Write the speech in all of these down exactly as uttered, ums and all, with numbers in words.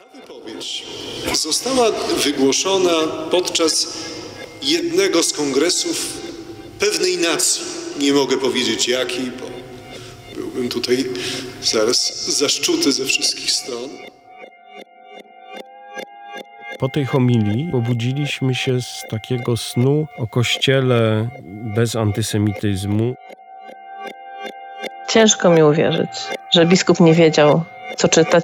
Wypowiedź została wygłoszona podczas jednego z kongresów pewnej nacji. Nie mogę powiedzieć jakiej, bo byłbym tutaj zaraz zaszczuty ze wszystkich stron. Po tej homilii obudziliśmy się z takiego snu o kościele bez antysemityzmu. Ciężko mi uwierzyć, że biskup nie wiedział, co czytać.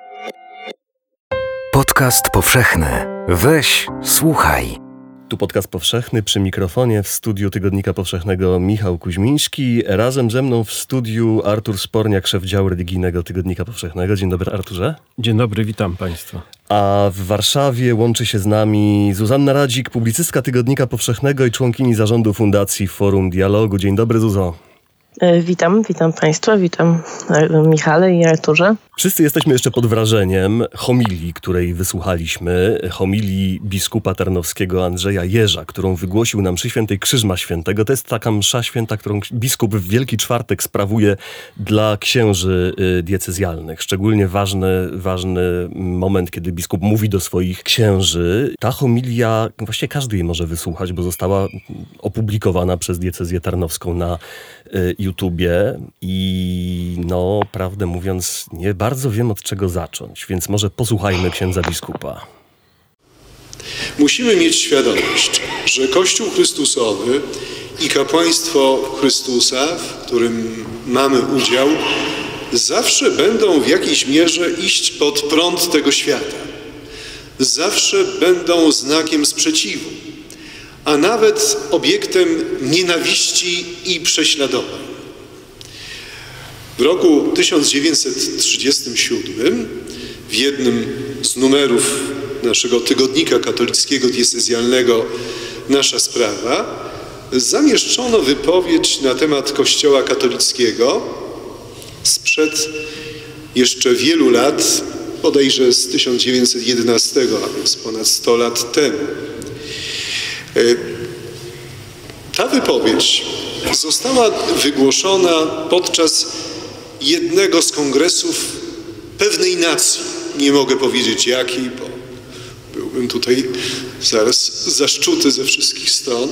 Podcast powszechny. Weź, słuchaj. Tu podcast powszechny, przy mikrofonie w studiu Tygodnika Powszechnego Michał Kuźmiński. Razem ze mną w studiu Artur Sporniak, szef działu religijnego Tygodnika Powszechnego. Dzień dobry, Arturze. Dzień dobry, witam Państwa. A w Warszawie łączy się z nami Zuzanna Radzik, publicystka Tygodnika Powszechnego i członkini zarządu Fundacji Forum Dialogu. Dzień dobry, Zuzo. Witam, witam Państwa, witam Michale i Arturze. Wszyscy jesteśmy jeszcze pod wrażeniem homilii, której wysłuchaliśmy, homilii biskupa tarnowskiego Andrzeja Jerza, którą wygłosił na mszy świętej Krzyżma Świętego. To jest taka msza święta, którą biskup w Wielki Czwartek sprawuje dla księży diecezjalnych. Szczególnie ważny, ważny moment, kiedy biskup mówi do swoich księży. Ta homilia, właściwie każdy jej może wysłuchać, bo została opublikowana przez diecezję tarnowską na YouTubie i no, prawdę mówiąc, nie bardzo wiem, od czego zacząć, więc może posłuchajmy księdza biskupa. Musimy mieć świadomość, że Kościół Chrystusowy i kapłaństwo Chrystusa, w którym mamy udział, zawsze będą w jakiejś mierze iść pod prąd tego świata. Zawsze będą znakiem sprzeciwu, a nawet obiektem nienawiści i prześladowań. W roku tysiąc dziewięćset trzydziestym siódmym w jednym z numerów naszego tygodnika katolickiego diecezjalnego Nasza Sprawa zamieszczono wypowiedź na temat Kościoła katolickiego sprzed jeszcze wielu lat, bodajże z tysiąc dziewięćset jedenastego, a więc ponad sto lat temu. Ta wypowiedź została wygłoszona podczas jednego z kongresów pewnej nacji. Nie mogę powiedzieć jakiej, bo byłbym tutaj zaraz zaszczuty ze wszystkich stron.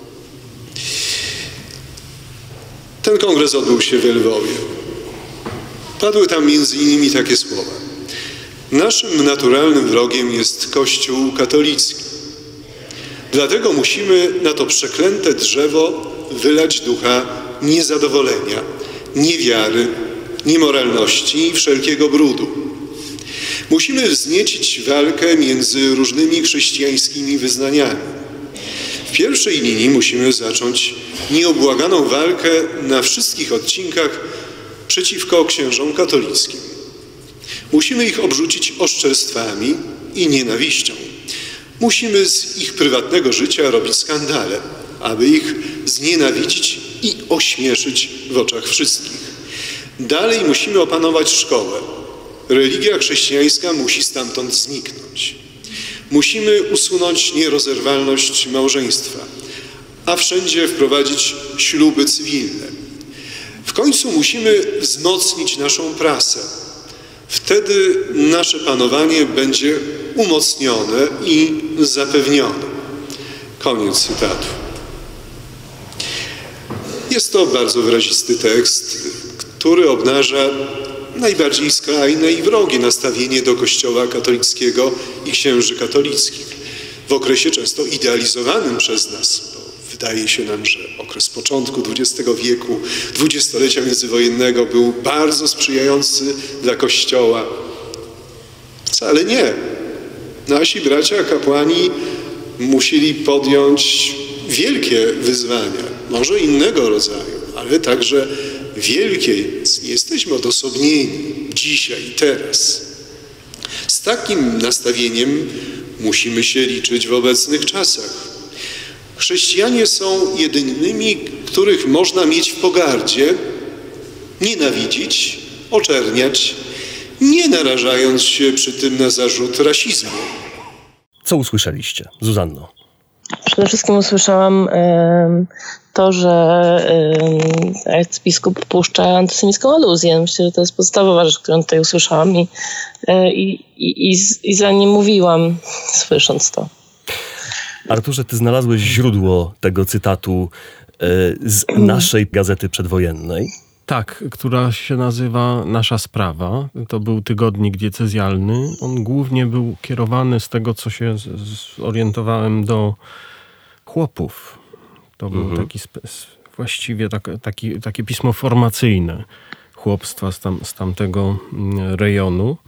Ten kongres odbył się w Lwowie. Padły tam między innymi takie słowa. Naszym naturalnym wrogiem jest Kościół katolicki. Dlatego musimy na to przeklęte drzewo wylać ducha niezadowolenia, niewiary, niemoralności i wszelkiego brudu. Musimy wzniecić walkę między różnymi chrześcijańskimi wyznaniami. W pierwszej linii musimy zacząć nieobłaganą walkę na wszystkich odcinkach przeciwko księżom katolickim. Musimy ich obrzucić oszczerstwami i nienawiścią. Musimy z ich prywatnego życia robić skandale, aby ich znienawidzić i ośmieszyć w oczach wszystkich. Dalej musimy opanować szkołę. Religia chrześcijańska musi stamtąd zniknąć. Musimy usunąć nierozerwalność małżeństwa, a wszędzie wprowadzić śluby cywilne. W końcu musimy wzmocnić naszą prasę. Wtedy nasze panowanie będzie umocnione i zapewnione. Koniec cytatu. Jest to bardzo wyrazisty tekst, który obnaża najbardziej skrajne i wrogie nastawienie do Kościoła katolickiego i księży katolickich. W okresie często idealizowanym przez nas, bo wydaje się nam, że okres początku dwudziestego wieku, dwudziestolecia międzywojennego był bardzo sprzyjający dla Kościoła. Wcale nie. Nasi bracia kapłani musieli podjąć wielkie wyzwania, może innego rodzaju, ale także wielkie. Nie jesteśmy odosobnieni dzisiaj i teraz. Z takim nastawieniem musimy się liczyć w obecnych czasach. Chrześcijanie są jedynymi, których można mieć w pogardzie, nienawidzić, oczerniać, nie narażając się przy tym na zarzut rasizmu. Co usłyszeliście, Zuzanno? przede wszystkim usłyszałam to, że arcybiskup puszcza antysemicką aluzję. Myślę, że to jest podstawowa rzecz, którą tutaj usłyszałam i, i, i, i za nie mówiłam, słysząc to. Arturze, ty znalazłeś źródło tego cytatu z naszej gazety przedwojennej. Tak, która się nazywa Nasza Sprawa. To był tygodnik diecezjalny. On głównie był kierowany, z tego co się zorientowałem, do chłopów. To był mhm. taki właściwie tak, taki, takie pismo formacyjne chłopstwa z, tam, z tamtego rejonu.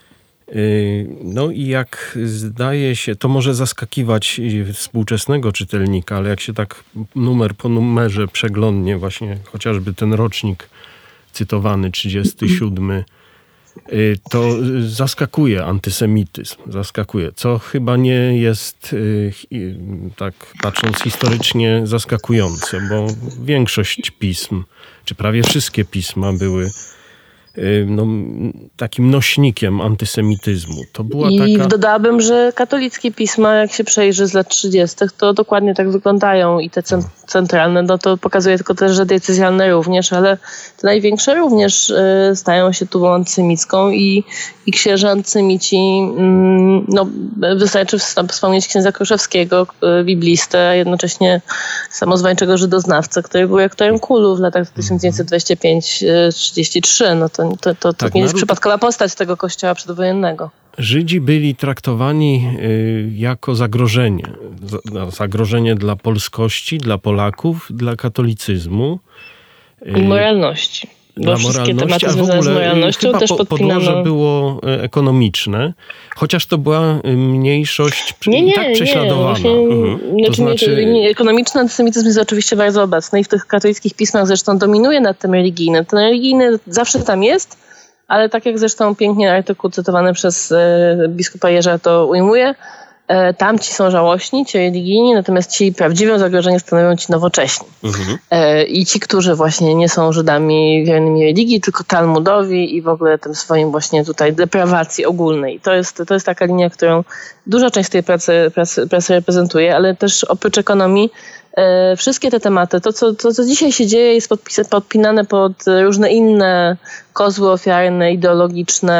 No i jak zdaje się, to może zaskakiwać współczesnego czytelnika, ale jak się tak numer po numerze przeglądnie właśnie chociażby ten rocznik cytowany, trzydziesty siódmy, to zaskakuje antysemityzm, zaskakuje, co chyba nie jest, tak patrząc historycznie, zaskakujące, bo większość pism, czy prawie wszystkie pisma były no, takim nośnikiem antysemityzmu. To była I taka... dodałabym, że katolickie pisma, jak się przejrzy z lat trzydziestych, to dokładnie tak wyglądają i te centralne, no to pokazuje tylko też, że diecezjalne również, ale te największe również y, stają się tubą antysemicką i, i księża antysemici, mm, no wystarczy wspomnieć księdza Kruszewskiego, y, biblistę, a jednocześnie samozwańczego żydoznawcę, który był rektorem Kulu w latach tysiąc dziewięćset dwadzieścia pięć do trzydzieści trzy. No to, to, to, to tak, nie jest naród... przypadkowa postać tego kościoła przedwojennego. Żydzi byli traktowani y, jako zagrożenie. Zagrożenie dla polskości, dla Polaków, dla katolicyzmu. I moralności. Bo Dla wszystkie moralności, tematy związane z moralnością chyba też po, podpinano. podłoże było ekonomiczne, chociaż to była mniejszość nie, nie, i tak prześladowana. Nie, właśnie, mhm. znaczy, to znaczy... nie, ekonomiczny antysemityzm jest oczywiście bardzo obecny i w tych katolickich pismach zresztą dominuje nad tym religijnym. Ten religijny zawsze tam jest, ale tak jak zresztą pięknie artykuł cytowany przez e, biskupa Jerza to ujmuje, e, tamci są żałośni, ci religijni, natomiast ci prawdziwym zagrożeniem stanowią ci nowocześni. Mhm. E, I ci, którzy właśnie nie są Żydami wiernymi religii, tylko Talmudowi i w ogóle tym swoim właśnie tutaj deprawacji ogólnej. To jest, to jest taka linia, którą duża część tej pracy, pracy, pracy reprezentuje, ale też oprócz ekonomii e, wszystkie te tematy, to co, to co dzisiaj się dzieje jest podpis, podpinane pod różne inne kozły ofiarne, ideologiczne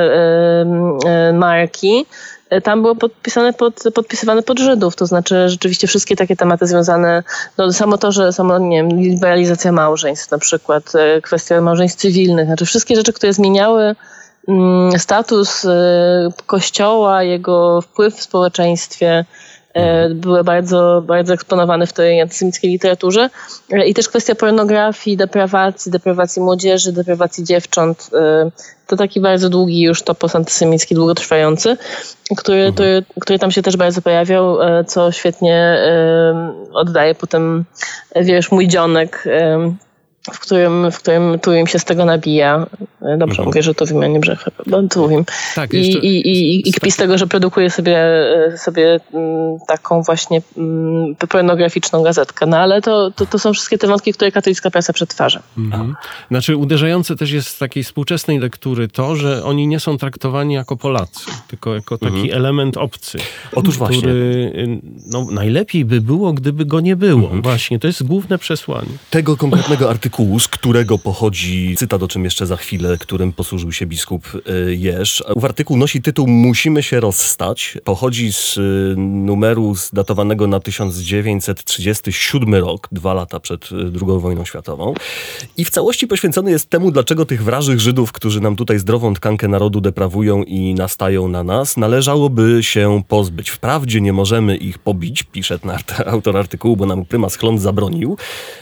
e, e, marki. Tam było podpisane pod, podpisywane pod Żydów, to znaczy rzeczywiście wszystkie takie tematy związane, no samo to, że samo, nie wiem, liberalizacja małżeństw na przykład, kwestia małżeństw cywilnych, znaczy wszystkie rzeczy, które zmieniały mm, status y, Kościoła, jego wpływ w społeczeństwie, y, były bardzo, bardzo eksponowane w tej antysemickiej literaturze. Y, I też kwestia pornografii, deprawacji, deprawacji młodzieży, deprawacji dziewcząt. Y, To taki bardzo długi już topos antysemicki, długotrwający, który, mhm. który, który tam się też bardzo pojawiał, co świetnie um, oddaje potem wiersz Mój dzionek, um, w którym, w którym Tuwim się z tego nabija. Dobrze mhm. mówię, że Tuwim, a nie Brzechę. Tuwim. Tak, I, jeszcze... i, i, i kpi z tego, że produkuje sobie, sobie taką właśnie pornograficzną gazetkę. No ale to, to, to są wszystkie te wątki, które katolicka prasa przetwarza. Mhm. Znaczy uderzające też jest z takiej współczesnej lektury to, że oni nie są traktowani jako Polacy, tylko jako taki mhm. element obcy. Otóż który, właśnie. No, najlepiej by było, gdyby go nie było. Mhm. Właśnie, to jest główne przesłanie. Tego konkretnego artykułu, z którego pochodzi cytat, o czym jeszcze za chwilę, którym posłużył się biskup Jerz. Ów artykuł nosi tytuł Musimy się rozstać. Pochodzi z numeru datowanego na tysiąc dziewięćset trzydziesty siódmy rok, dwa lata przed drugą wojną światową. I w całości poświęcony jest temu, dlaczego tych wrażych Żydów, którzy nam tutaj zdrową tkankę narodu deprawują i nastają na nas, należałoby się pozbyć. Wprawdzie nie możemy ich pobić, pisze ten autor artykułu, bo nam prymas Chląd zabronił.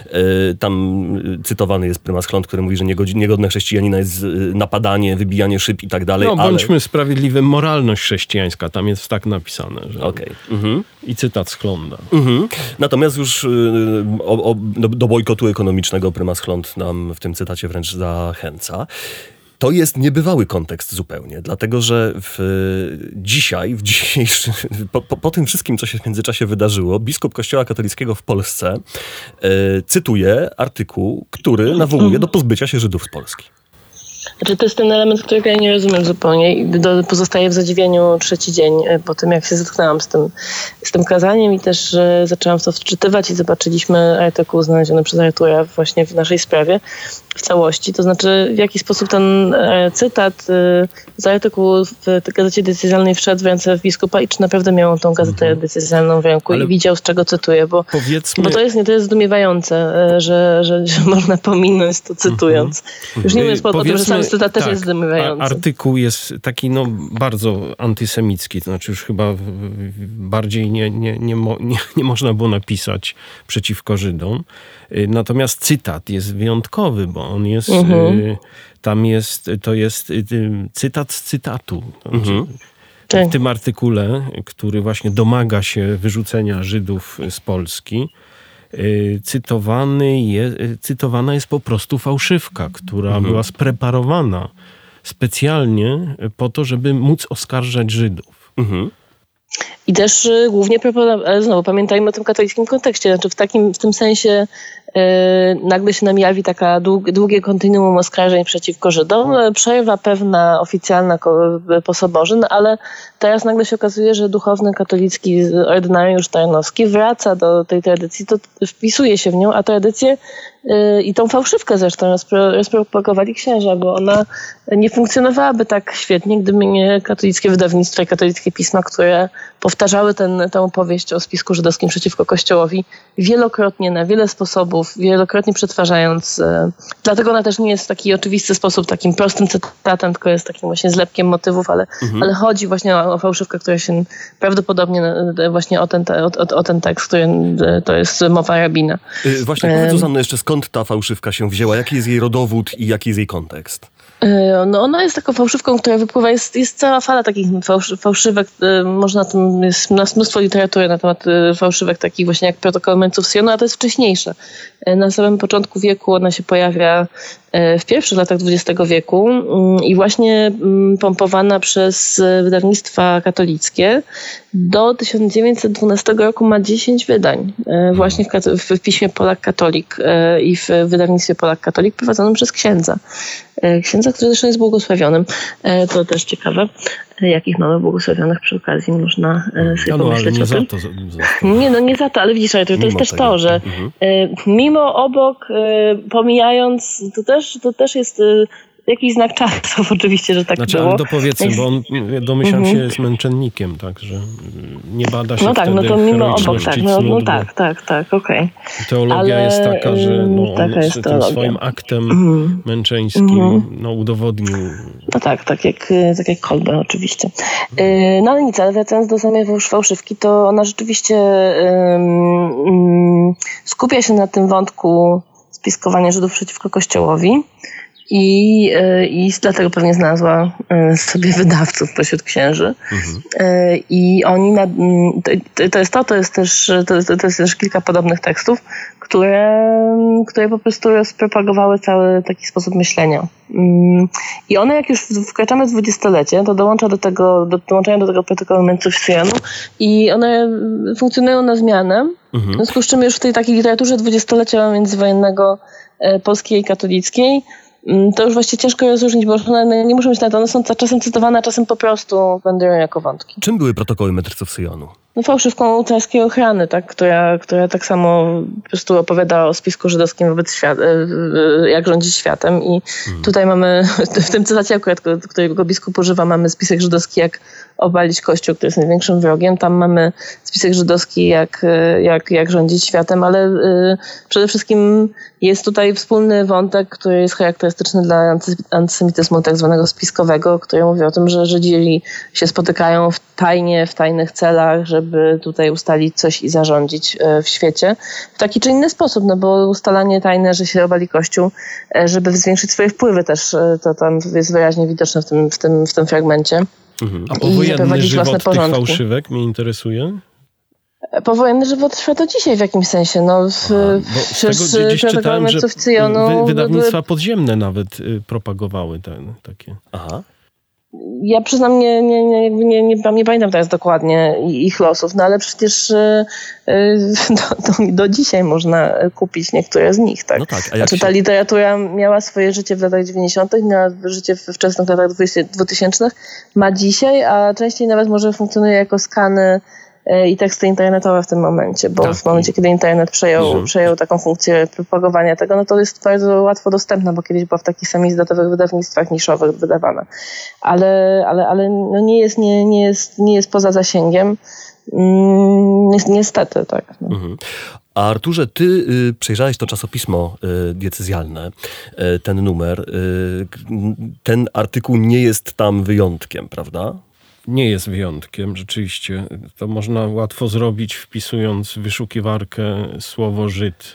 Tam cytowany jest prymas Chląd, który mówi, że niegodne chrześcijanina jest napadanie, wybijanie szyb i tak dalej. No bądźmy ale... sprawiedliwi, moralność chrześcijańska, tam jest tak napisane. Że... Okay. Mhm. I cytat z Chląda. Mhm. Natomiast już y, o, o, do, do bojkotu ekonomicznego prymas Chląd nam w tym cytacie wręcz zachęca. To jest niebywały kontekst zupełnie, dlatego że w, dzisiaj, w dzisiejszy, po, po, po tym wszystkim, co się w międzyczasie wydarzyło, biskup Kościoła katolickiego w Polsce e, cytuje artykuł, który nawołuje do pozbycia się Żydów z Polski. Znaczy, to jest ten element, którego ja nie rozumiem zupełnie i do, pozostaję w zadziwieniu trzeci dzień po tym, jak się zetknęłam z tym, z tym kazaniem i też e, zaczęłam to wczytywać i zobaczyliśmy artykuł znaleziony przez Artura właśnie w naszej sprawie w całości. To znaczy, w jaki sposób ten e, cytat e, z artykułu w gazecie decyzjalnej wszedł w ręce biskupa i czy naprawdę miał tą gazetę mhm. decyzjalną w ręku ale i widział, z czego cytuję, bo, powiedzmy... bo to jest, nie, to jest zdumiewające, e, że, że, że można pominąć to cytując. Mhm. Już nie mówiąc po tym, że sam cytat też tak, jest zdumiewający. Artykuł jest taki no, bardzo antysemicki, to znaczy już chyba bardziej nie, nie, nie, mo, nie, nie można było napisać przeciwko Żydom. Natomiast cytat jest wyjątkowy, bo on jest, mhm. tam jest, to jest cytat z cytatu. Mhm. W tym artykule, który właśnie domaga się wyrzucenia Żydów z Polski, cytowany je, cytowana jest po prostu fałszywka, która mhm. była spreparowana specjalnie po to, żeby móc oskarżać Żydów. Mhm. I też y, głównie, ale znowu pamiętajmy o tym katolickim kontekście, znaczy w takim, w tym sensie y, nagle się nam jawi taka dług, długie kontinuum oskarżeń przeciwko Żydom, przerwa pewna oficjalna po soborze, no ale teraz nagle się okazuje, że duchowny katolicki ordynariusz Tarnowski wraca do tej tradycji, to wpisuje się w nią, a tradycję y, i tą fałszywkę zresztą rozpropagowali księża, bo ona nie funkcjonowałaby tak świetnie, gdyby nie katolickie wydawnictwo i katolickie pisma, które powtarzały ten, tę opowieść o spisku żydowskim przeciwko Kościołowi wielokrotnie, na wiele sposobów, wielokrotnie przetwarzając. E, dlatego ona też nie jest w taki oczywisty sposób, takim prostym cytatem, tylko jest takim właśnie zlepkiem motywów, ale, mhm. ale chodzi właśnie o, o fałszywkę, która się prawdopodobnie e, właśnie o ten, te, o, o ten tekst, który e, to jest mowa rabina. Yy, właśnie, powiedz Zuzanno jeszcze, skąd ta fałszywka się wzięła? Jaki jest jej rodowód i jaki jest jej kontekst? No ona jest taką fałszywką, która wypływa, jest, jest cała fala takich fałszy, fałszywek, można tam, jest mnóstwo literatury na temat fałszywek takich właśnie jak protokół mędrców Syjonu, a to jest wcześniejsze. Na samym początku wieku ona się pojawia w pierwszych latach dwudziestego wieku i właśnie pompowana przez wydawnictwa katolickie do tysiąc dziewięćset dwunastego roku ma dziesięć wydań. Właśnie w, w piśmie Polak Katolik i w wydawnictwie Polak Katolik prowadzonym przez księdza. Księdza, który zresztą jest błogosławionym. To też ciekawe, jakich mamy błogosławionych przy okazji, można sobie no, no, pomyśleć nie o za tym. To, za to. Nie, no nie za to, ale widzisz, to, to jest też tego. to, że mhm. mimo, obok, pomijając, to też, to też jest jakiś znak czasów oczywiście, że tak znaczy, było. Ale to powiedzmy, bo on, domyślam się, jest męczennikiem, tak, że nie bada się no tak, wtedy no to mimo obok, tak, no, no cnót, tak, tak, tak, okej. Okay. Teologia ale, jest taka, że no, on jest tym teologia. swoim aktem mm. męczeńskim mm. no, udowodnił. No tak, tak jak, tak jak Kolbe oczywiście. No ale nic, ale wracając do samej fałszywki, to ona rzeczywiście um, skupia się na tym wątku spiskowania Żydów przeciwko Kościołowi. I, i dlatego pewnie znalazła sobie wydawców pośród księży. Mhm. I oni, na, to jest to, to jest też, to, to jest też kilka podobnych tekstów, które, które po prostu rozpropagowały cały taki sposób myślenia. I one, jak już wkraczamy w dwudziestolecie, to dołącza do tego, do, dołączają do tego protokołu mędrców Syjonu i one funkcjonują na zmianę. Mhm. W związku z czym już w tej takiej literaturze dwudziestolecia międzywojennego polskiej i katolickiej to już właściwie ciężko rozróżnić, bo one nie muszą być na to, one są czasem cytowane, a czasem po prostu wędrują jako wątki. Czym były protokoły mędrców Syjonu? No fałszywką carskiej ochrany, tak, która, która tak samo po prostu opowiada o spisku żydowskim wobec świata, jak rządzić światem i hmm. tutaj mamy, w tym cytacie akurat, którego biskup używa, mamy spisek żydowski, jak obalić Kościół, który jest największym wrogiem. Tam mamy spisek żydowski, jak, jak, jak rządzić światem, ale y, przede wszystkim jest tutaj wspólny wątek, który jest charakterystyczny dla antysemityzmu tak zwanego spiskowego, który mówi o tym, że Żydzi się spotykają w tajnie, w tajnych celach, żeby tutaj ustalić coś i zarządzić w świecie w taki czy inny sposób, no bo ustalanie tajne, że się obali Kościół, żeby zwiększyć swoje wpływy też, to tam jest wyraźnie widoczne w tym, w tym, w tym fragmencie. Mhm. A powojenny żywot tych fałszywek mnie interesuje? Powojenny żywot trwa do dzisiaj w jakimś sensie. No, w, A, bo z tego gdzieś czytałem, że Cyjonu wy, wydawnictwa podziemne nawet y, propagowały te, takie. Aha. Ja przyznam, nie, nie, nie, nie, nie, nie pamiętam teraz dokładnie ich losów, no ale przecież y, do, do, do dzisiaj można kupić niektóre z nich, tak? No tak, a jak znaczy ta się... literatura miała swoje życie w latach dziewięćdziesiątych, miała życie we wczesnych latach dwutysięcznych, ma dzisiaj, a częściej nawet może funkcjonuje jako skany i teksty internetowe w tym momencie, bo tak. w momencie, kiedy internet przejął, mhm. przejął taką funkcję propagowania tego, no to jest bardzo łatwo dostępna, bo kiedyś była w takich samizdatowych wydawnictwach niszowych wydawana. Ale, ale, ale no nie jest, nie, nie jest, nie jest poza zasięgiem. Mm, niestety, tak. No. Mhm. A Arturze, ty y, przejrzałeś to czasopismo y, diecezjalne, y, ten numer. Y, ten artykuł nie jest tam wyjątkiem, prawda? Nie jest wyjątkiem, rzeczywiście. To można łatwo zrobić, wpisując w wyszukiwarkę słowo Żyd.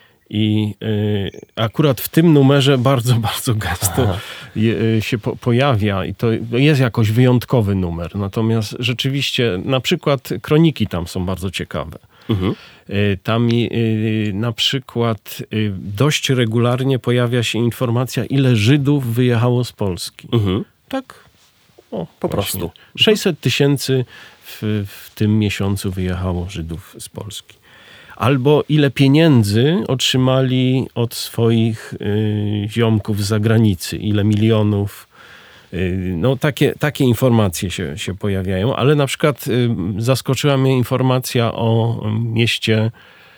I y, akurat w tym numerze bardzo, bardzo gęsto je, y, się po, pojawia i to jest jakoś wyjątkowy numer. Natomiast rzeczywiście na przykład kroniki tam są bardzo ciekawe. Mhm. Y, tam y, na przykład y, dość regularnie pojawia się informacja, ile Żydów wyjechało z Polski. Mhm. Tak? O, po właśnie. prostu. sześćset tysięcy w, w tym miesiącu wyjechało Żydów z Polski. Albo ile pieniędzy otrzymali od swoich y, ziomków z zagranicy, ile milionów. Y, no takie, takie informacje się, się pojawiają, ale na przykład y, zaskoczyła mnie informacja o mieście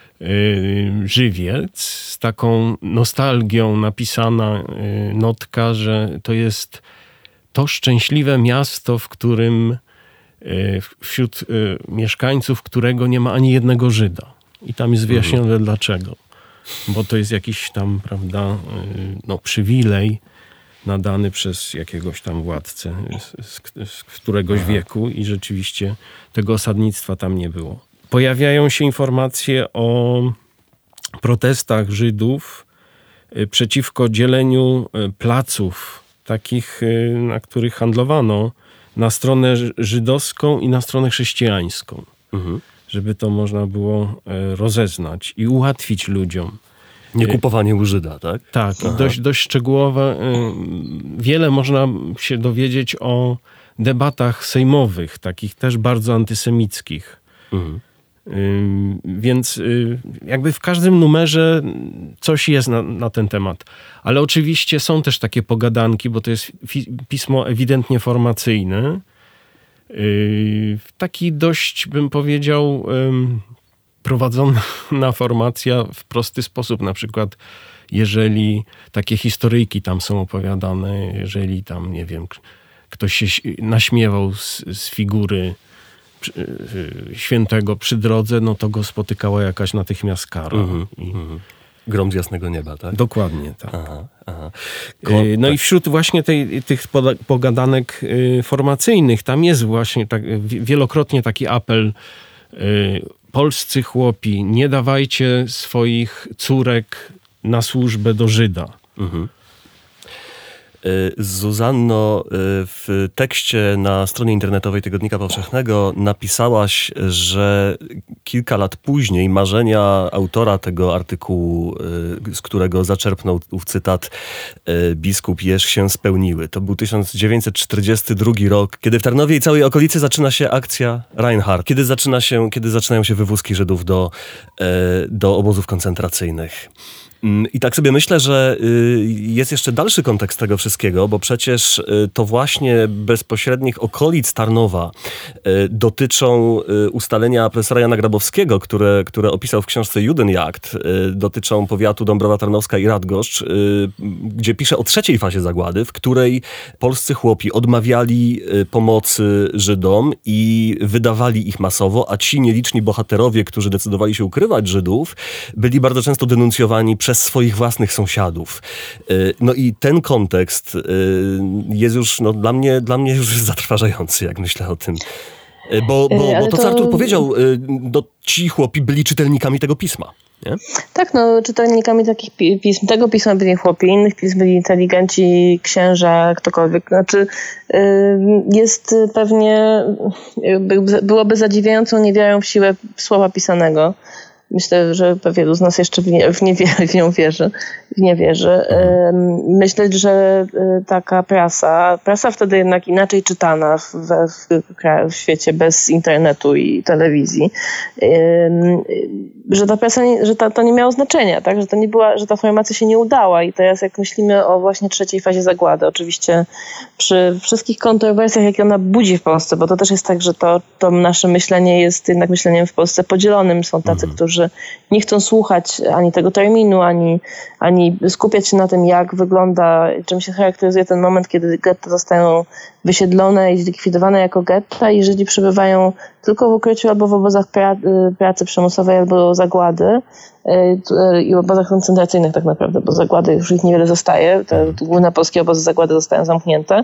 y, Żywiec z taką nostalgią napisana y, notka, że to jest to szczęśliwe miasto, w którym y, wśród y, mieszkańców, którego nie ma ani jednego Żyda. I tam jest wyjaśnione mhm. dlaczego. Bo to jest jakiś tam, prawda, no, przywilej nadany przez jakiegoś tam władcę z, z, z któregoś Aha. wieku i rzeczywiście tego osadnictwa tam nie było. Pojawiają się informacje o protestach Żydów przeciwko dzieleniu placów, takich, na których handlowano, na stronę żydowską i na stronę chrześcijańską. Mhm. Żeby to można było rozeznać i ułatwić ludziom. Nie kupowanie u Żyda, tak? Tak, dość, dość szczegółowe. Wiele można się dowiedzieć o debatach sejmowych, takich też bardzo antysemickich. Mhm. Więc jakby w każdym numerze coś jest na, na ten temat. Ale oczywiście są też takie pogadanki, bo to jest pismo ewidentnie formacyjne. Taki dość, bym powiedział, prowadzona formacja w prosty sposób. Na przykład, jeżeli takie historyjki tam są opowiadane, jeżeli tam, nie wiem, ktoś się naśmiewał z, z figury świętego przy drodze, no to go spotykała jakaś natychmiast kara. Mm-hmm, I... mm-hmm. Grom z jasnego nieba, tak? Dokładnie, tak. Aha, aha. Ko- no tak. I wśród właśnie tej, tych pogadanek formacyjnych, tam jest właśnie tak, wielokrotnie taki apel: polscy chłopi, nie dawajcie swoich córek na służbę do Żyda. Mhm. Zuzanno, w tekście na stronie internetowej Tygodnika Powszechnego napisałaś, że kilka lat później marzenia autora tego artykułu, z którego zaczerpnął ów cytat biskup Jerz, się spełniły. To był tysiąc dziewięćset czterdziesty drugi rok, kiedy w Tarnowie i całej okolicy zaczyna się akcja Reinhardt. Kiedy, zaczyna się, kiedy zaczynają się wywózki Żydów do, do obozów koncentracyjnych. I tak sobie myślę, że jest jeszcze dalszy kontekst tego wszystkiego, bo przecież to właśnie bezpośrednich okolic Tarnowa dotyczą ustalenia profesora Jana Grabowskiego, które, które opisał w książce Judenjagd, dotyczą powiatu Dąbrowa Tarnowska i Radgoszcz, gdzie pisze o trzeciej fazie zagłady, w której polscy chłopi odmawiali pomocy Żydom i wydawali ich masowo, a ci nieliczni bohaterowie, którzy decydowali się ukrywać Żydów, byli bardzo często denuncjowani przez przez swoich własnych sąsiadów. No i ten kontekst jest już no, dla mnie, dla mnie już zatrważający, jak myślę o tym. Bo, bo, bo to, co Artur powiedział, no, ci chłopi byli czytelnikami tego pisma. Nie? Tak, no czytelnikami takich pism. Tego pisma byli chłopi, innych pism byli inteligenci, księża, ktokolwiek. Znaczy jest pewnie, byłoby zadziwiającą niewiarą w siłę słowa pisanego. Myślę, że wielu z nas jeszcze w, nie, w, nie, w nią wierzy. W nie wierzy. Myślę, że taka prasa, prasa wtedy jednak inaczej czytana w, w, w świecie bez internetu i telewizji, że ta prasa, nie, że ta, to nie miało znaczenia, tak? Że to nie była, że ta formacja się nie udała i teraz jak myślimy o właśnie trzeciej fazie zagłady, oczywiście przy wszystkich kontrowersjach, jakie ona budzi w Polsce, bo to też jest tak, że to, to nasze myślenie jest jednak myśleniem w Polsce podzielonym. Są tacy, mhm. którzy nie chcą słuchać ani tego terminu, ani, ani skupiać się na tym, jak wygląda, czym się charakteryzuje ten moment, kiedy getta zostają wysiedlone i zlikwidowane jako getta i Żydzi przebywają tylko w ukryciu albo w obozach pra- pracy przymusowej, albo zagłady i obozach koncentracyjnych tak naprawdę, bo zagłady już ich niewiele zostaje. Te główne polskie obozy zagłady zostają zamknięte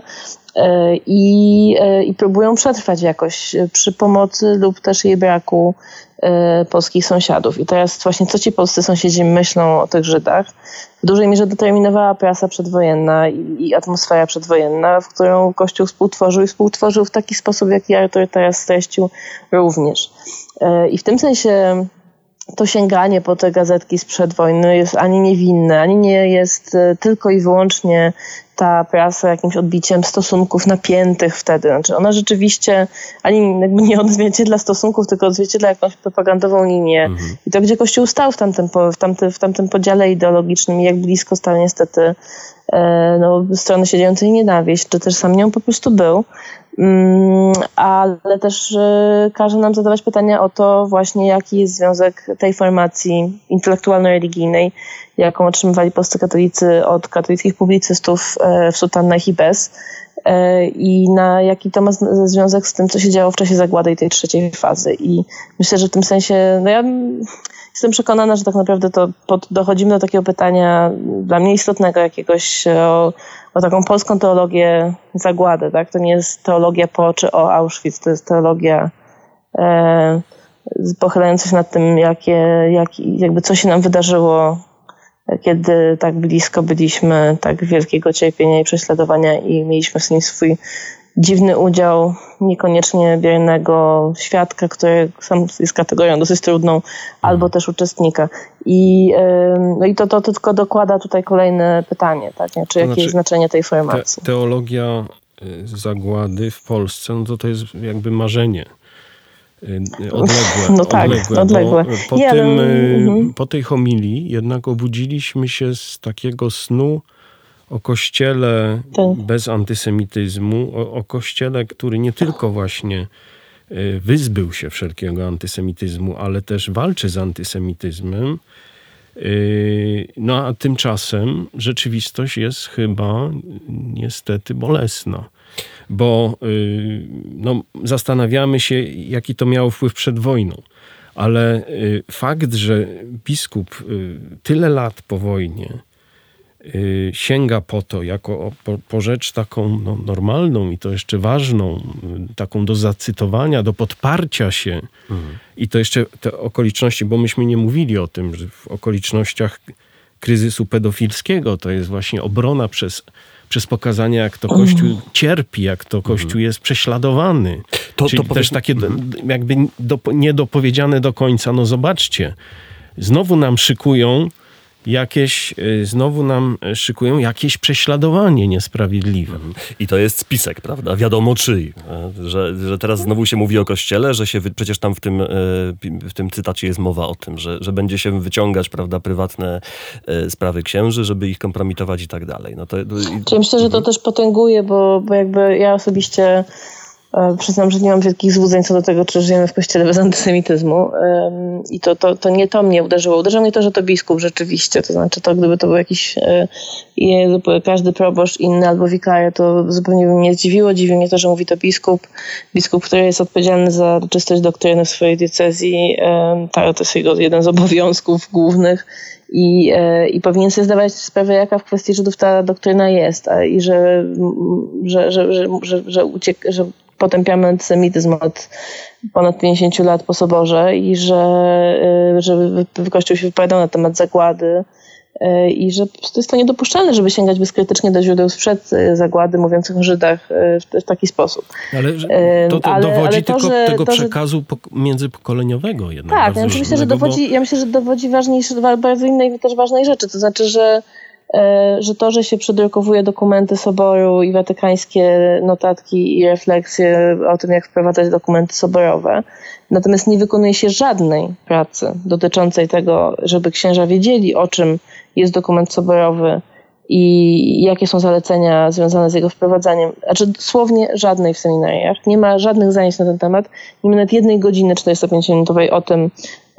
i, i próbują przetrwać jakoś przy pomocy lub też jej braku polskich sąsiadów. I teraz właśnie co ci polscy sąsiedzi myślą o tych Żydach, w dużej mierze determinowała prasa przedwojenna i, i atmosfera przedwojenna, w którą Kościół współtworzył i współtworzył w taki sposób, jaki Artur teraz streścił również. I w tym sensie to sięganie po te gazetki sprzed wojny jest ani niewinne, ani nie jest tylko i wyłącznie ta prasa jakimś odbiciem stosunków napiętych wtedy. Znaczy ona rzeczywiście ani jakby nie odzwierciedla stosunków, tylko odzwierciedla jakąś propagandową linię. Mhm. I to, gdzie Kościół stał w tamtym, w tamtym, w tamtym podziale ideologicznym i jak blisko stał niestety e, no, strony siedzającej nienawiść, czy też sam nią po prostu był. Mm, ale też y, każe nam zadawać pytania o to właśnie, jaki jest związek tej formacji intelektualno-religijnej, jaką otrzymywali polscy katolicy od katolickich publicystów y, w sutannach i bez, y, i na jaki to ma z- związek z tym, co się działo w czasie zagłady i tej trzeciej fazy. I myślę, że w tym sensie, no ja jestem przekonana, że tak naprawdę to pod, dochodzimy do takiego pytania dla mnie istotnego jakiegoś o, o taką polską teologię zagłady, tak? To nie jest teologia po czy o Auschwitz, to jest teologia e, pochylająca się nad tym, jakie, jak, jakby co się nam wydarzyło, kiedy tak blisko byliśmy tak wielkiego cierpienia i prześladowania i mieliśmy w nim swój dziwny udział niekoniecznie biernego świadka, który sam jest kategorią dosyć trudną, albo też uczestnika. I, no i to, to, to tylko dokłada tutaj kolejne pytanie, tak? Czy jakie znaczy, jest znaczenie tej formacji? Te, teologia zagłady w Polsce, no to to jest jakby marzenie odległe. No tak, odległe. odległe. Po, Nie, tym, ale... mhm. po tej homilii jednak obudziliśmy się z takiego snu o kościele tak. bez antysemityzmu, o, o kościele, który nie tylko właśnie wyzbył się wszelkiego antysemityzmu, ale też walczy z antysemityzmem. No a tymczasem rzeczywistość jest chyba niestety bolesna, bo no, zastanawiamy się, jaki to miało wpływ przed wojną. Ale fakt, że biskup tyle lat po wojnie sięga po to jako po, po rzecz taką no, normalną i to jeszcze ważną, taką do zacytowania, do podparcia się mhm. i to jeszcze te okoliczności, bo myśmy nie mówili o tym, że w okolicznościach kryzysu pedofilskiego to jest właśnie obrona przez, przez pokazanie, jak to Kościół mhm. cierpi, jak to Kościół mhm. jest prześladowany. To, Czyli to też powie... takie mhm. jakby do, niedopowiedziane do końca, no zobaczcie, znowu nam szykują jakieś, znowu nam szykują jakieś prześladowanie niesprawiedliwe. I to jest spisek, prawda? Wiadomo czyj. Że, że teraz znowu się mówi o Kościele, że się, wy... przecież tam w tym, w tym cytacie jest mowa o tym, że, że będzie się wyciągać, prawda, prywatne sprawy księży, żeby ich kompromitować i tak dalej. No to... Czyli myślę, że to też potęguje, bo, bo jakby ja osobiście przyznam, że nie mam wielkich złudzeń co do tego, czy żyjemy w kościele bez antysemityzmu. I to, to, to nie to mnie uderzyło. Uderzyło mnie to, że to biskup rzeczywiście. To znaczy to, gdyby to był jakiś każdy proboszcz inny albo wikary, to zupełnie by mnie zdziwiło. Dziwi mnie to, że mówi to biskup. Biskup, który jest odpowiedzialny za czystość doktryny w swojej diecezji. To jest jego jeden z obowiązków głównych. I, i powinien sobie zdawać sprawę, jaka w kwestii Żydów ta doktryna jest. A, I że, że, że, że, że, że, uciek, że potępiamy antysemityzm od ponad pięćdziesięciu lat po Soborze i że, że Kościół się wypowiadał na temat zagłady i że to jest to niedopuszczalne, żeby sięgać bezkrytycznie do źródeł sprzed zagłady mówiących o Żydach w, w taki sposób. Ale to, to ale, dowodzi ale to, tylko że, tego to, międzypokoleniowego międzypokoleniowego jednak. Tak, ja myślę, że dowodzi, bo... ja myślę, że dowodzi ważniejsze, bardzo innej też ważnej rzeczy, to znaczy, że że to, że się przedrukowuje dokumenty Soboru i watykańskie notatki i refleksje o tym, jak wprowadzać dokumenty soborowe, natomiast nie wykonuje się żadnej pracy dotyczącej tego, żeby księża wiedzieli, o czym jest dokument soborowy i jakie są zalecenia związane z jego wprowadzaniem. Znaczy dosłownie żadnej w seminariach. Nie ma żadnych zajęć na ten temat. Nie ma nawet jednej godziny czterdziestopięciominutowej o tym,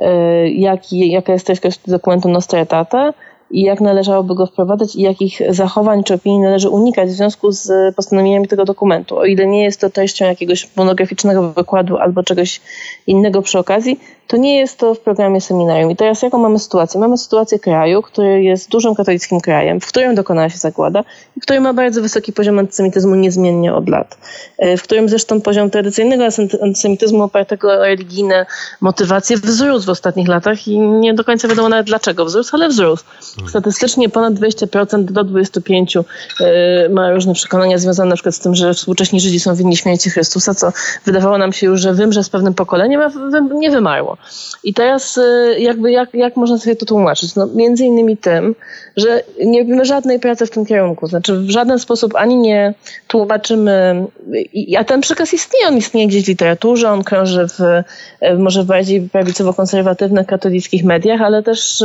jaki, jaka jest treść dokumentu Nostra Aetate i jak należałoby go wprowadzać i jakich zachowań czy opinii należy unikać w związku z postanowieniami tego dokumentu. O ile nie jest to treścią jakiegoś monograficznego wykładu albo czegoś innego przy okazji, to nie jest to w programie seminarium. I teraz jaką mamy sytuację? Mamy sytuację kraju, który jest dużym katolickim krajem, w którym dokonała się zagłada i który ma bardzo wysoki poziom antysemityzmu niezmiennie od lat. W którym zresztą poziom tradycyjnego antysemityzmu opartego o religijne motywacje wzrósł w ostatnich latach i nie do końca wiadomo nawet dlaczego wzrósł, ale wzrósł. Statystycznie ponad dwadzieścia procent do dwudziestu pięciu procent ma różne przekonania związane na przykład z tym, że współcześni Żydzi są winni śmierci Chrystusa, co wydawało nam się już, że wymrze z pewnym pokoleniem, a nie wymarło. I teraz jakby jak, jak można sobie to tłumaczyć? No, między innymi tym, że nie robimy żadnej pracy w tym kierunku. Znaczy w żaden sposób ani nie tłumaczymy, a ten przekaz istnieje, on istnieje gdzieś w literaturze, on krąży w może w bardziej prawicowo-konserwatywnych katolickich mediach, ale też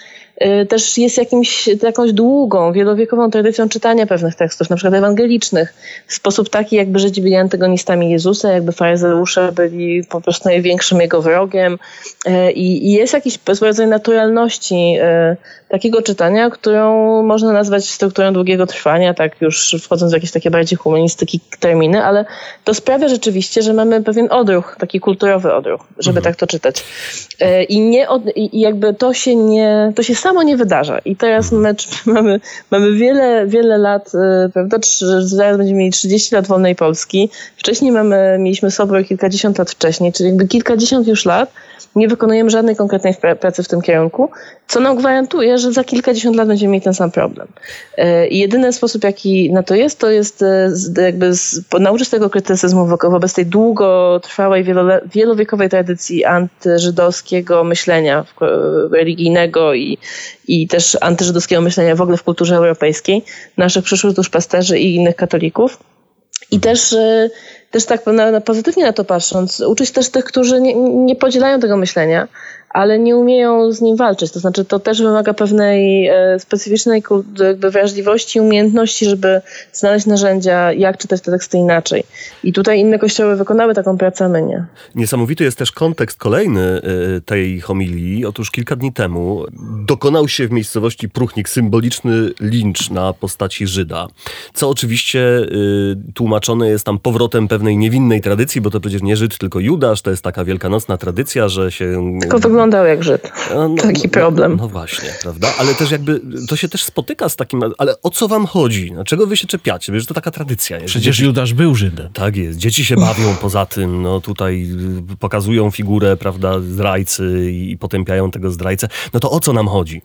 też jest jakimś, jakąś długą, wielowiekową tradycją czytania pewnych tekstów, na przykład ewangelicznych, w sposób taki, jakby Żydzi byli antagonistami Jezusa, jakby faryzeusze byli po prostu największym jego wrogiem i, i jest jakiś rodzaj naturalności takiego czytania, którą można nazwać strukturą długiego trwania, tak już wchodząc w jakieś takie bardziej humanistyki terminy, ale to sprawia rzeczywiście, że mamy pewien odruch, taki kulturowy odruch, żeby mhm. tak to czytać. I, nie od, i jakby to się nie, to się samo nie wydarza. I teraz my, mamy, mamy wiele, wiele lat, prawda, zaraz będziemy mieli trzydzieści lat wolnej Polski. Wcześniej mamy, mieliśmy Sobór kilkadziesiąt lat wcześniej, czyli jakby kilkadziesiąt już lat nie wykonujemy żadnej konkretnej pracy w tym kierunku, co nam gwarantuje, że za kilkadziesiąt lat będziemy mieli ten sam problem. I jedyny sposób, jaki na to jest, to jest jakby nauczyć tego krytycyzmu wobec tej długotrwałej, wielowiekowej tradycji antyżydowskiego myślenia religijnego i, i też antyżydowskiego myślenia w ogóle w kulturze europejskiej, naszych przyszłych duszpasterzy i innych katolików. I też, też tak na, na pozytywnie na to patrząc, uczyć też tych, którzy nie, nie podzielają tego myślenia, ale nie umieją z nim walczyć. To znaczy to też wymaga pewnej e, specyficznej jakby wrażliwości i umiejętności, żeby znaleźć narzędzia, jak czytać te teksty inaczej. I tutaj inne kościoły wykonały taką pracę, a my nie. Niesamowity jest też kontekst kolejny y, tej homilii. Otóż kilka dni temu dokonał się w miejscowości Pruchnik symboliczny lincz na postaci Żyda, co oczywiście y, tłumaczone jest tam powrotem pewnej niewinnej tradycji, bo to przecież nie Żyd, tylko Judasz. To jest taka wielkanocna tradycja, że się... Tylko wyglądał jak Żyd. No, Taki no, problem. No właśnie, prawda? Ale też jakby to się też spotyka z takim, ale o co wam chodzi? Dlaczego wy się czepiacie? Wiesz, to taka tradycja jest. Przecież dzieci... Judasz był Żydem. Tak jest. Dzieci się bawią poza tym, no tutaj pokazują figurę, prawda, zdrajcy i potępiają tego zdrajcę. No to o co nam chodzi?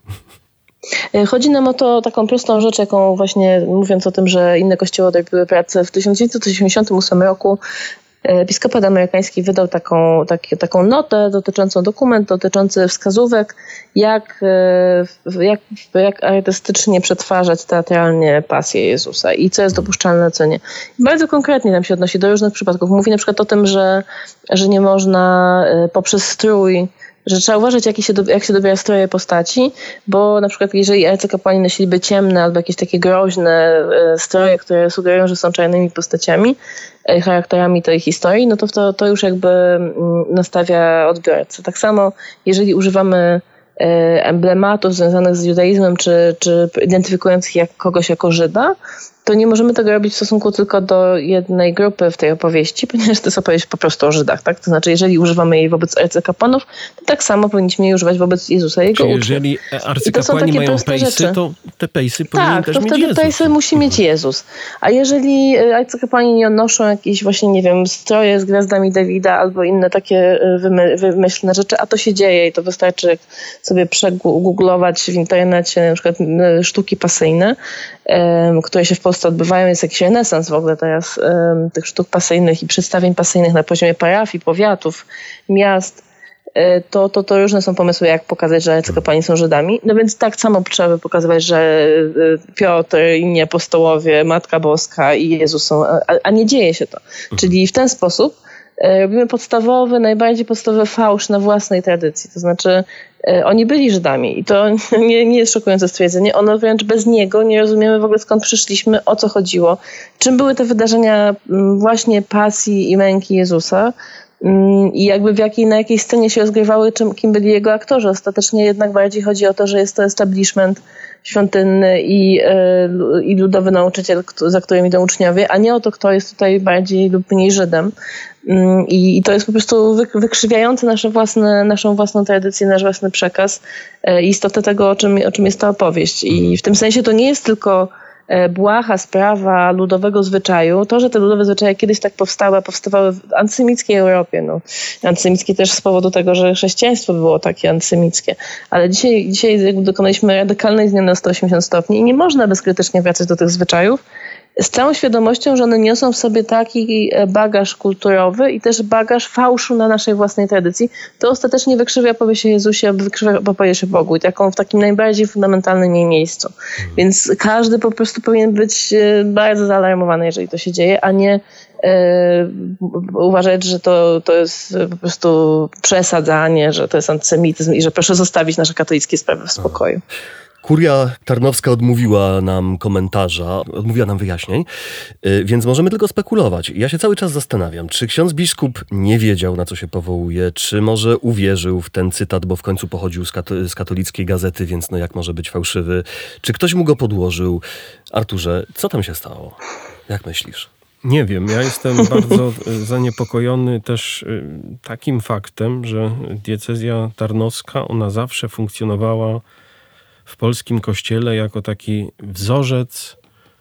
Chodzi nam o to taką prostą rzecz, jaką właśnie mówiąc o tym, że inne kościoły odrobiły pracę w tysiąc dziewięćset osiemdziesiątym ósmym roku. Episkopat amerykański wydał taką, tak, taką notę dotyczącą, dokument dotyczący wskazówek, jak, jak, jak artystycznie przetwarzać teatralnie pasję Jezusa i co jest dopuszczalne, co nie. I bardzo konkretnie tam się odnosi do różnych przypadków. Mówi na przykład o tym, że, że nie można poprzez strój, że trzeba uważać, jak się, do, jak się dobiera stroje postaci, bo na przykład jeżeli arcykapłani nosiliby ciemne albo jakieś takie groźne stroje, które sugerują, że są czarnymi postaciami, charakterami tej historii, no to to, to już jakby nastawia odbiorcę. Tak samo, jeżeli używamy emblematów związanych z judaizmem, czy, czy identyfikujących jak kogoś jako Żyda, to nie możemy tego robić w stosunku tylko do jednej grupy w tej opowieści, ponieważ to jest opowieść po prostu o Żydach, tak? To znaczy, jeżeli używamy jej wobec arcykapłanów, to tak samo powinniśmy jej używać wobec Jezusa i jego Czyli uczniów. jeżeli arcykapłani mają pejsy, rzeczy. to te pejsy powinien tak, też to mieć wtedy Jezus. pejsy musi mieć Jezus. A jeżeli arcykapłani nie noszą jakieś właśnie, nie wiem, stroje z gwiazdami Dawida albo inne takie wymy, wymyślne rzeczy, a to się dzieje i to wystarczy sobie przegooglować w internecie na przykład sztuki pasyjne, um, które się w Polsce odbywają. Jest jakiś renesans w ogóle teraz um, tych sztuk pasyjnych i przedstawień pasyjnych na poziomie parafii, powiatów, miast. To, to, to różne są pomysły, jak pokazać, że arcykapłani są Żydami. No więc tak samo trzeba by pokazywać, że Piotr, inni apostołowie, Matka Boska i Jezus są, a, a nie dzieje się to. Czyli w ten sposób robimy podstawowy, najbardziej podstawowy fałsz na własnej tradycji. To znaczy oni byli Żydami i to nie, nie jest szokujące stwierdzenie. Ono wręcz bez niego nie rozumiemy w ogóle, skąd przyszliśmy, o co chodziło, czym były te wydarzenia właśnie pasji i męki Jezusa, i jakby w jakiej, na jakiej scenie się rozgrywały, czym, kim byli jego aktorzy. Ostatecznie jednak bardziej chodzi o to, że jest to establishment świątynny i, i ludowy nauczyciel, za którym idą uczniowie, a nie o to, kto jest tutaj bardziej lub mniej Żydem. I, i to jest po prostu wykrzywiające nasze własne, naszą własną tradycję, nasz własny przekaz, istotę tego, o czym, o czym jest ta opowieść. I w tym sensie to nie jest tylko błaha sprawa ludowego zwyczaju. To, że te ludowe zwyczaje kiedyś tak powstały, powstawały w antysemickiej Europie. No, antysemickie też z powodu tego, że chrześcijaństwo było takie antysemickie. Ale dzisiaj, dzisiaj jakby dokonaliśmy radykalnej zmiany na sto osiemdziesiąt stopni i nie można bezkrytycznie wracać do tych zwyczajów, z całą świadomością, że one niosą w sobie taki bagaż kulturowy i też bagaż fałszu na naszej własnej tradycji. To ostatecznie wykrzywia opowieść o Jezusie, albo wykrzywia opowieść o Bogu i taką w takim najbardziej fundamentalnym jej miejscu. Więc każdy po prostu powinien być bardzo zaalarmowany, jeżeli to się dzieje, a nie e, uważać, że to, to jest po prostu przesadzanie, że to jest antysemityzm i że proszę zostawić nasze katolickie sprawy w spokoju. Kuria Tarnowska odmówiła nam komentarza, odmówiła nam wyjaśnień, więc możemy tylko spekulować. Ja się cały czas zastanawiam, czy ksiądz biskup nie wiedział, na co się powołuje, czy może uwierzył w ten cytat, bo w końcu pochodził z, kato- z katolickiej gazety, więc no jak może być fałszywy, czy ktoś mu go podłożył. Arturze, co tam się stało? Jak myślisz? Nie wiem, ja jestem bardzo zaniepokojony też takim faktem, że diecezja tarnowska, ona zawsze funkcjonowała w polskim kościele jako taki wzorzec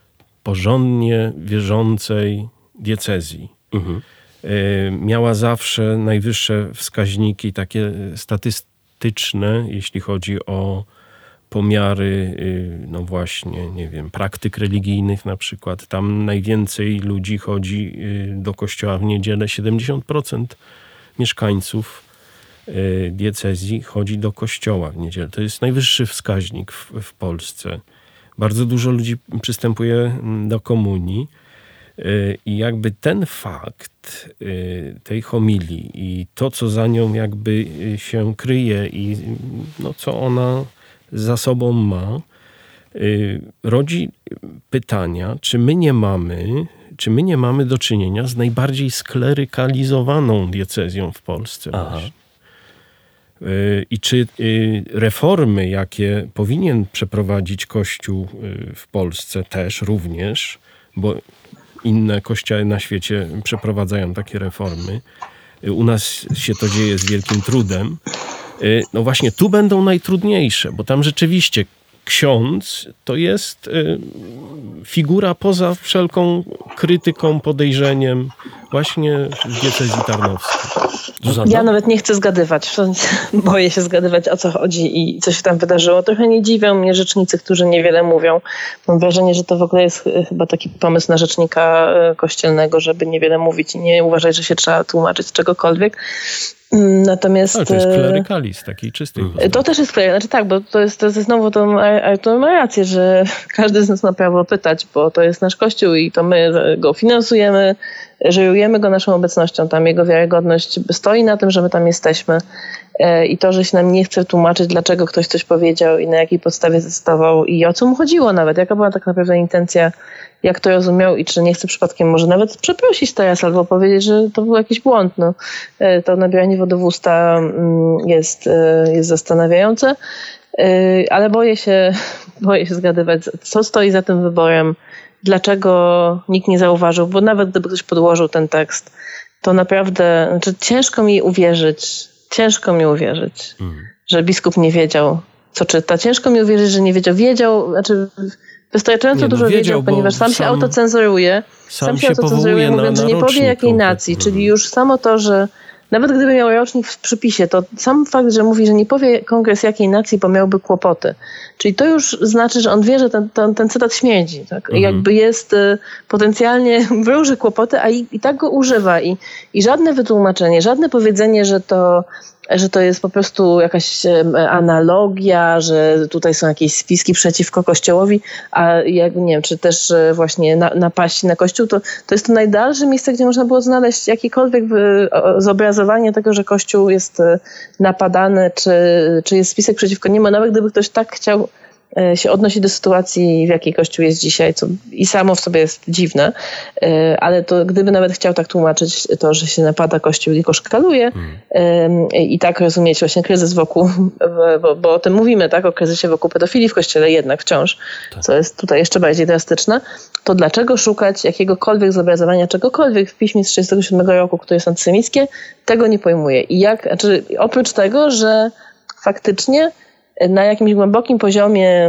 porządnie wierzącej diecezji. Mhm. Miała zawsze najwyższe wskaźniki takie statystyczne, jeśli chodzi o pomiary, no właśnie, nie wiem, praktyk religijnych na przykład. Tam najwięcej ludzi chodzi do kościoła w niedzielę, siedemdziesiąt procent mieszkańców diecezji chodzi do kościoła w niedzielę. To jest najwyższy wskaźnik w, w Polsce. Bardzo dużo ludzi przystępuje do komunii i jakby ten fakt tej homilii i to, co za nią jakby się kryje i no, co ona za sobą ma, rodzi pytania, czy my nie mamy, czy my nie mamy do czynienia z najbardziej sklerykalizowaną diecezją w Polsce. Właśnie. I czy reformy, jakie powinien przeprowadzić Kościół w Polsce też również, bo inne kościoły na świecie przeprowadzają takie reformy, u nas się to dzieje z wielkim trudem, no właśnie tu będą najtrudniejsze, bo tam rzeczywiście ksiądz to jest figura poza wszelką krytyką, podejrzeniem właśnie w diecezji tarnowskiej. Zuzanna? Ja nawet nie chcę zgadywać. Boję się zgadywać, o co chodzi i co się tam wydarzyło. Trochę nie dziwią mnie rzecznicy, którzy niewiele mówią. Mam wrażenie, że to w ogóle jest chyba taki pomysł na rzecznika kościelnego, żeby niewiele mówić i nie uważać, że się trzeba tłumaczyć z czegokolwiek. Natomiast... Ale to jest klerykalizm takiej czystej postawy. To też jest klerykalizm. Znaczy tak, bo to jest, to jest znowu, to Artur ma rację, że każdy z nas ma prawo pytać, bo to jest nasz Kościół i to my go finansujemy, żyrujemy go naszą obecnością. Tam jego wiarygodność stoi na tym, że my tam jesteśmy. I to, że się nam nie chce tłumaczyć, dlaczego ktoś coś powiedział i na jakiej podstawie zdecydował i o co mu chodziło nawet, jaka była tak naprawdę intencja, jak to rozumiał i czy nie chce przypadkiem może nawet przeprosić teraz albo powiedzieć, że to był jakiś błąd. No, to nabieranie wody w usta jest, jest zastanawiające, ale boję się, boję się zgadywać, co stoi za tym wyborem dlaczego nikt nie zauważył, bo nawet gdyby ktoś podłożył ten tekst, to naprawdę, znaczy ciężko mi uwierzyć, ciężko mi uwierzyć, mm. że biskup nie wiedział, co czyta. Ciężko mi uwierzyć, że nie wiedział. Wiedział, znaczy wystarczająco nie, no, dużo wiedział, wiedział ponieważ sam, sam się autocenzuruje. Sam, sam się autocenzuruje, mówiąc, że nie powie jakiej nacji. Mm. Czyli już samo to, że nawet gdyby miał rocznik w przypisie, to sam fakt, że mówi, że nie powie kongres jakiej nacji, bo miałby kłopoty. Czyli to już znaczy, że on wie, że ten, ten, ten cytat śmierdzi. Tak? Mhm. Jakby jest y, potencjalnie wróży kłopoty, a i, i tak go używa. I, I żadne wytłumaczenie, żadne powiedzenie, że to, że to jest po prostu jakaś analogia, że tutaj są jakieś spiski przeciwko Kościołowi, a jak nie wiem, czy też właśnie na, napaści na Kościół, to, to jest to najdalsze miejsce, gdzie można było znaleźć jakiekolwiek zobrazowanie tego, że Kościół jest napadany, czy, czy jest spisek przeciwko niemu. Nawet gdyby ktoś tak chciał się odnosi do sytuacji, w jakiej Kościół jest dzisiaj, co i samo w sobie jest dziwne, ale to gdyby nawet chciał tak tłumaczyć to, że się napada Kościół i go szkaluje hmm. i tak rozumieć właśnie kryzys wokół, bo, bo o tym mówimy, tak, o kryzysie wokół pedofilii w Kościele jednak wciąż, tak. Co jest tutaj jeszcze bardziej drastyczne, to dlaczego szukać jakiegokolwiek zobrazowania czegokolwiek w piśmie z trzydziestego siódmego roku, które jest antysemickie, tego nie pojmuję. I jak, znaczy oprócz tego, że faktycznie na jakimś głębokim poziomie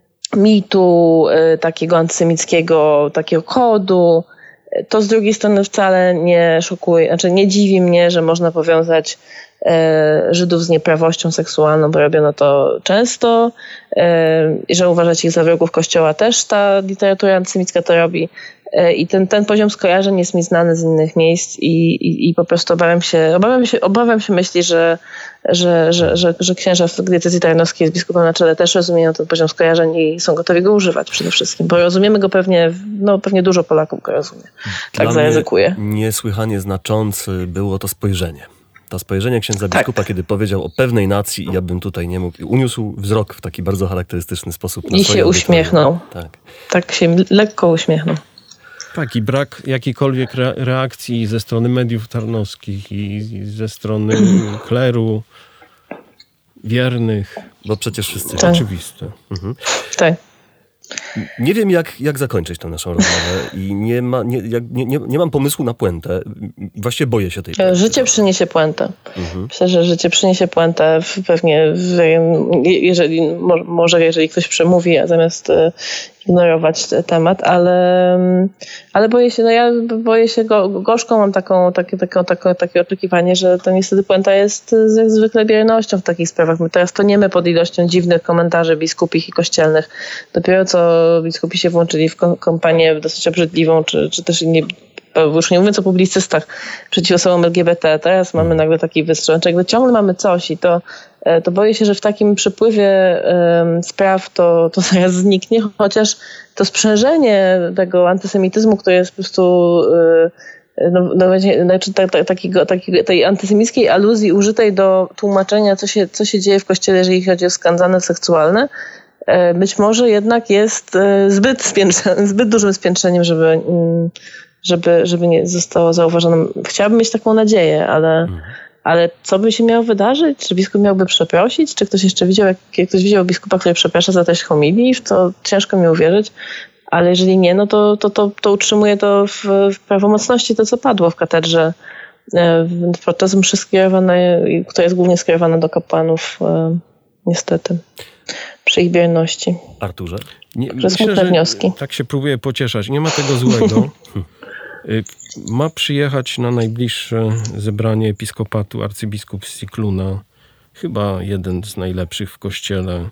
mitu, takiego antysemickiego, takiego kodu, to z drugiej strony wcale nie szokuje, znaczy nie dziwi mnie, że można powiązać e, Żydów z nieprawością seksualną, bo robiono to często, e, i że uważać ich za wrogów Kościoła też ta literatura antysemicka to robi. I ten, ten poziom skojarzeń jest mi znany z innych miejsc i, i, i po prostu obawiam się, obawiam się, obawiam się myśli, że, że, że, że, że księża w diecezji tarnowskiej z biskupem na czele też rozumieją ten poziom skojarzeń i są gotowi go używać przede wszystkim, bo rozumiemy go pewnie, no pewnie dużo Polaków go rozumie. Tak zaryzykuję. Niesłychanie znaczący było to spojrzenie. To spojrzenie księdza biskupa, tak. Kiedy powiedział o pewnej nacji i ja bym tutaj nie mógł, uniósł wzrok w taki bardzo charakterystyczny sposób. Na I się uśmiechnął. Tak. tak się lekko uśmiechnął. Tak, i brak jakiejkolwiek re- reakcji ze strony mediów tarnowskich i, i ze strony kleru, wiernych. Bo przecież wszyscy... To oczywiste. Mhm. Tak. Nie wiem, jak, jak zakończyć tę naszą rozmowę i nie, ma, nie, jak, nie, nie, nie mam pomysłu na puentę. Właściwie boję się tej puenty. Życie przyniesie puentę. Mhm. Myślę, że życie przyniesie puentę pewnie, jeżeli, może jeżeli ktoś przemówi, a zamiast ignorować temat, ale, ale boję się, no ja boję się go, gorzką, mam taką, takie, takie, takie, takie oczekiwanie, że to niestety puenta jest jak zwykle biernością w takich sprawach. My teraz toniemy pod ilością dziwnych komentarzy biskupich i kościelnych. Dopiero co biskupi się włączyli w kampanię dosyć obrzydliwą, czy, czy też nie, już nie mówiąc o publicystach przeciw osobom L G B T, teraz mamy nagle taki wystrzał. Jakby ciągle mamy coś i to, to boję się, że w takim przepływie um, spraw to, to zaraz zniknie, chociaż to sprzężenie tego antysemityzmu, które jest po prostu yy, no, no, znaczy, ta, ta, takiego, takiego, tej antysemickiej aluzji użytej do tłumaczenia, co się, co się dzieje w Kościele, jeżeli chodzi o skandale seksualne, yy, być może jednak jest yy, zbyt, spiętrze, zbyt dużym spiętrzeniem, żeby... Yy, żeby, żeby nie zostało zauważone. Chciałabym mieć taką nadzieję, ale, mhm. ale co by się miało wydarzyć? Czy biskup miałby przeprosić? Czy ktoś jeszcze widział, jak ktoś widział biskupa, który przeprasza za treść homilii? W to ciężko mi uwierzyć, ale jeżeli nie, no to, to, to, to utrzymuje to w, w prawomocności to, co padło w katedrze podczas mszy skierowanej, która jest głównie skierowana do kapłanów, niestety, przy ich bierności. Arturze? Nie, myślę, że wnioski. Tak się próbuję pocieszać. Nie ma tego złego. Ma przyjechać na najbliższe zebranie episkopatu arcybiskup z Sikluna, chyba jeden z najlepszych w Kościele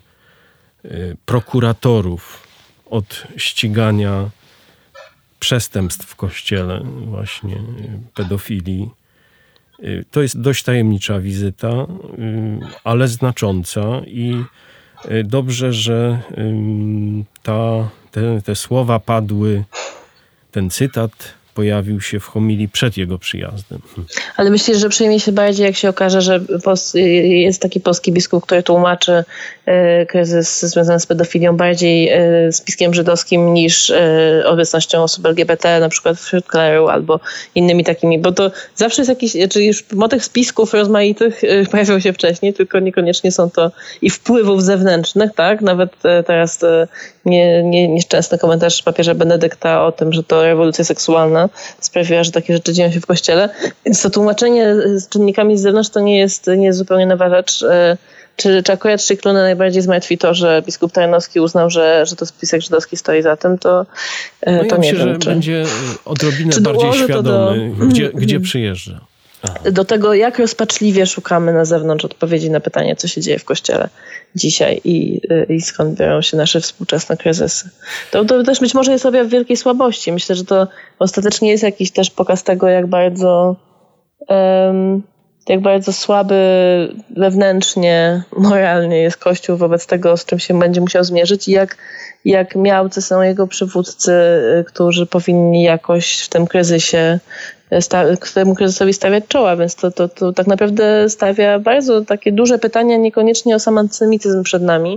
prokuratorów od ścigania przestępstw w Kościele, właśnie pedofilii. To jest dość tajemnicza wizyta, ale znacząca i dobrze, że ta, te, te słowa padły, ten cytat pojawił się w homilii przed jego przyjazdem. Ale myślisz, że przyjmie się bardziej, jak się okaże, że pos- jest taki polski biskup, który tłumaczy e, kryzys związany z pedofilią bardziej e, spiskiem żydowskim niż e, obecnością osób L G B T, na przykład wśród kleru albo innymi takimi, bo to zawsze jest jakiś, czyli już motyw spisków rozmaitych e, pojawiał się wcześniej, tylko niekoniecznie są to i wpływów zewnętrznych, tak? Nawet e, teraz e, nie, nie, nieszczęsny komentarz papieża Benedykta o tym, że to rewolucja seksualna sprawiła, że takie rzeczy dzieją się w Kościele. Więc to tłumaczenie z czynnikami z zewnątrz to nie jest, nie jest zupełnie nowa rzecz. Czy, czy akurat Szyklunę najbardziej zmartwi to, że biskup Tarnowski uznał, że, że to spisek żydowski stoi za tym, to, no to ja nie myślę, wiem. że Czy, będzie odrobinę czy bardziej świadomy, do... gdzie, gdzie przyjeżdża. Aha. Do tego, jak rozpaczliwie szukamy na zewnątrz odpowiedzi na pytanie, co się dzieje w Kościele dzisiaj i, i skąd biorą się nasze współczesne kryzysy. To, to też być może jest objaw wielkiej słabości. Myślę, że to ostatecznie jest jakiś też pokaz tego, jak bardzo um, jak bardzo słaby wewnętrznie, moralnie jest Kościół wobec tego, z czym się będzie musiał zmierzyć i jak, jak miałcy są jego przywódcy, którzy powinni jakoś w tym kryzysie sta- temu kryzysowi stawiać czoła, więc to, to, to tak naprawdę stawia bardzo takie duże pytania, niekoniecznie o sam antysemityzm przed nami,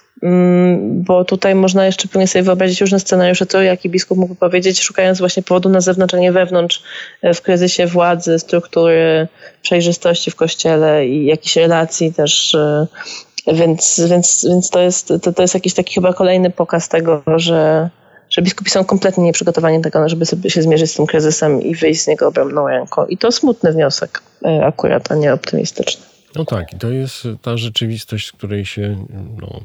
bo tutaj można jeszcze pewnie sobie wyobrazić różne scenariusze, co jaki biskup mógł powiedzieć, szukając właśnie powodu na zewnątrz, a nie wewnątrz, w kryzysie władzy, struktury, przejrzystości w Kościele i jakichś relacji też. Więc, więc, więc to, jest, to, to jest jakiś taki chyba kolejny pokaz tego, że, że biskupi są kompletnie nieprzygotowani do tego, żeby sobie się zmierzyć z tym kryzysem i wyjść z niego obronną ręką. I to smutny wniosek akurat, a nie optymistyczny. No tak, i to jest ta rzeczywistość, z której się, no,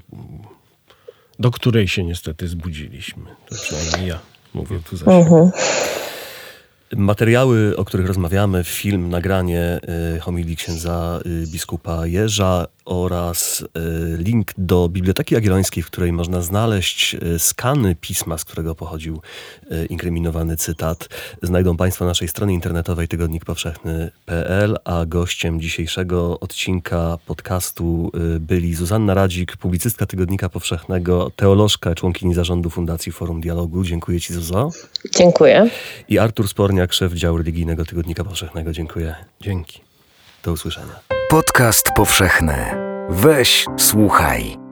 do której się niestety zbudziliśmy. To przynajmniej ja mówię tu za siebie. Mhm. Materiały, o których rozmawiamy, film, nagranie y, homilii księdza y, biskupa Jerza oraz y, link do Biblioteki Jagiellońskiej, w której można znaleźć y, skany pisma, z którego pochodził y, inkryminowany cytat, znajdą Państwo na naszej stronie internetowej tygodnik powszechny kropka p l, a gościem dzisiejszego odcinka podcastu y, byli Zuzanna Radzik, publicystka Tygodnika Powszechnego, teolożka, członkini zarządu Fundacji Forum Dialogu. Dziękuję Ci, Zuzo. Dziękuję. I Artur Sporniak, szef działu religijnego Tygodnika Powszechnego. Dziękuję. Dzięki. Do usłyszenia. Podcast powszechny. Weź, słuchaj.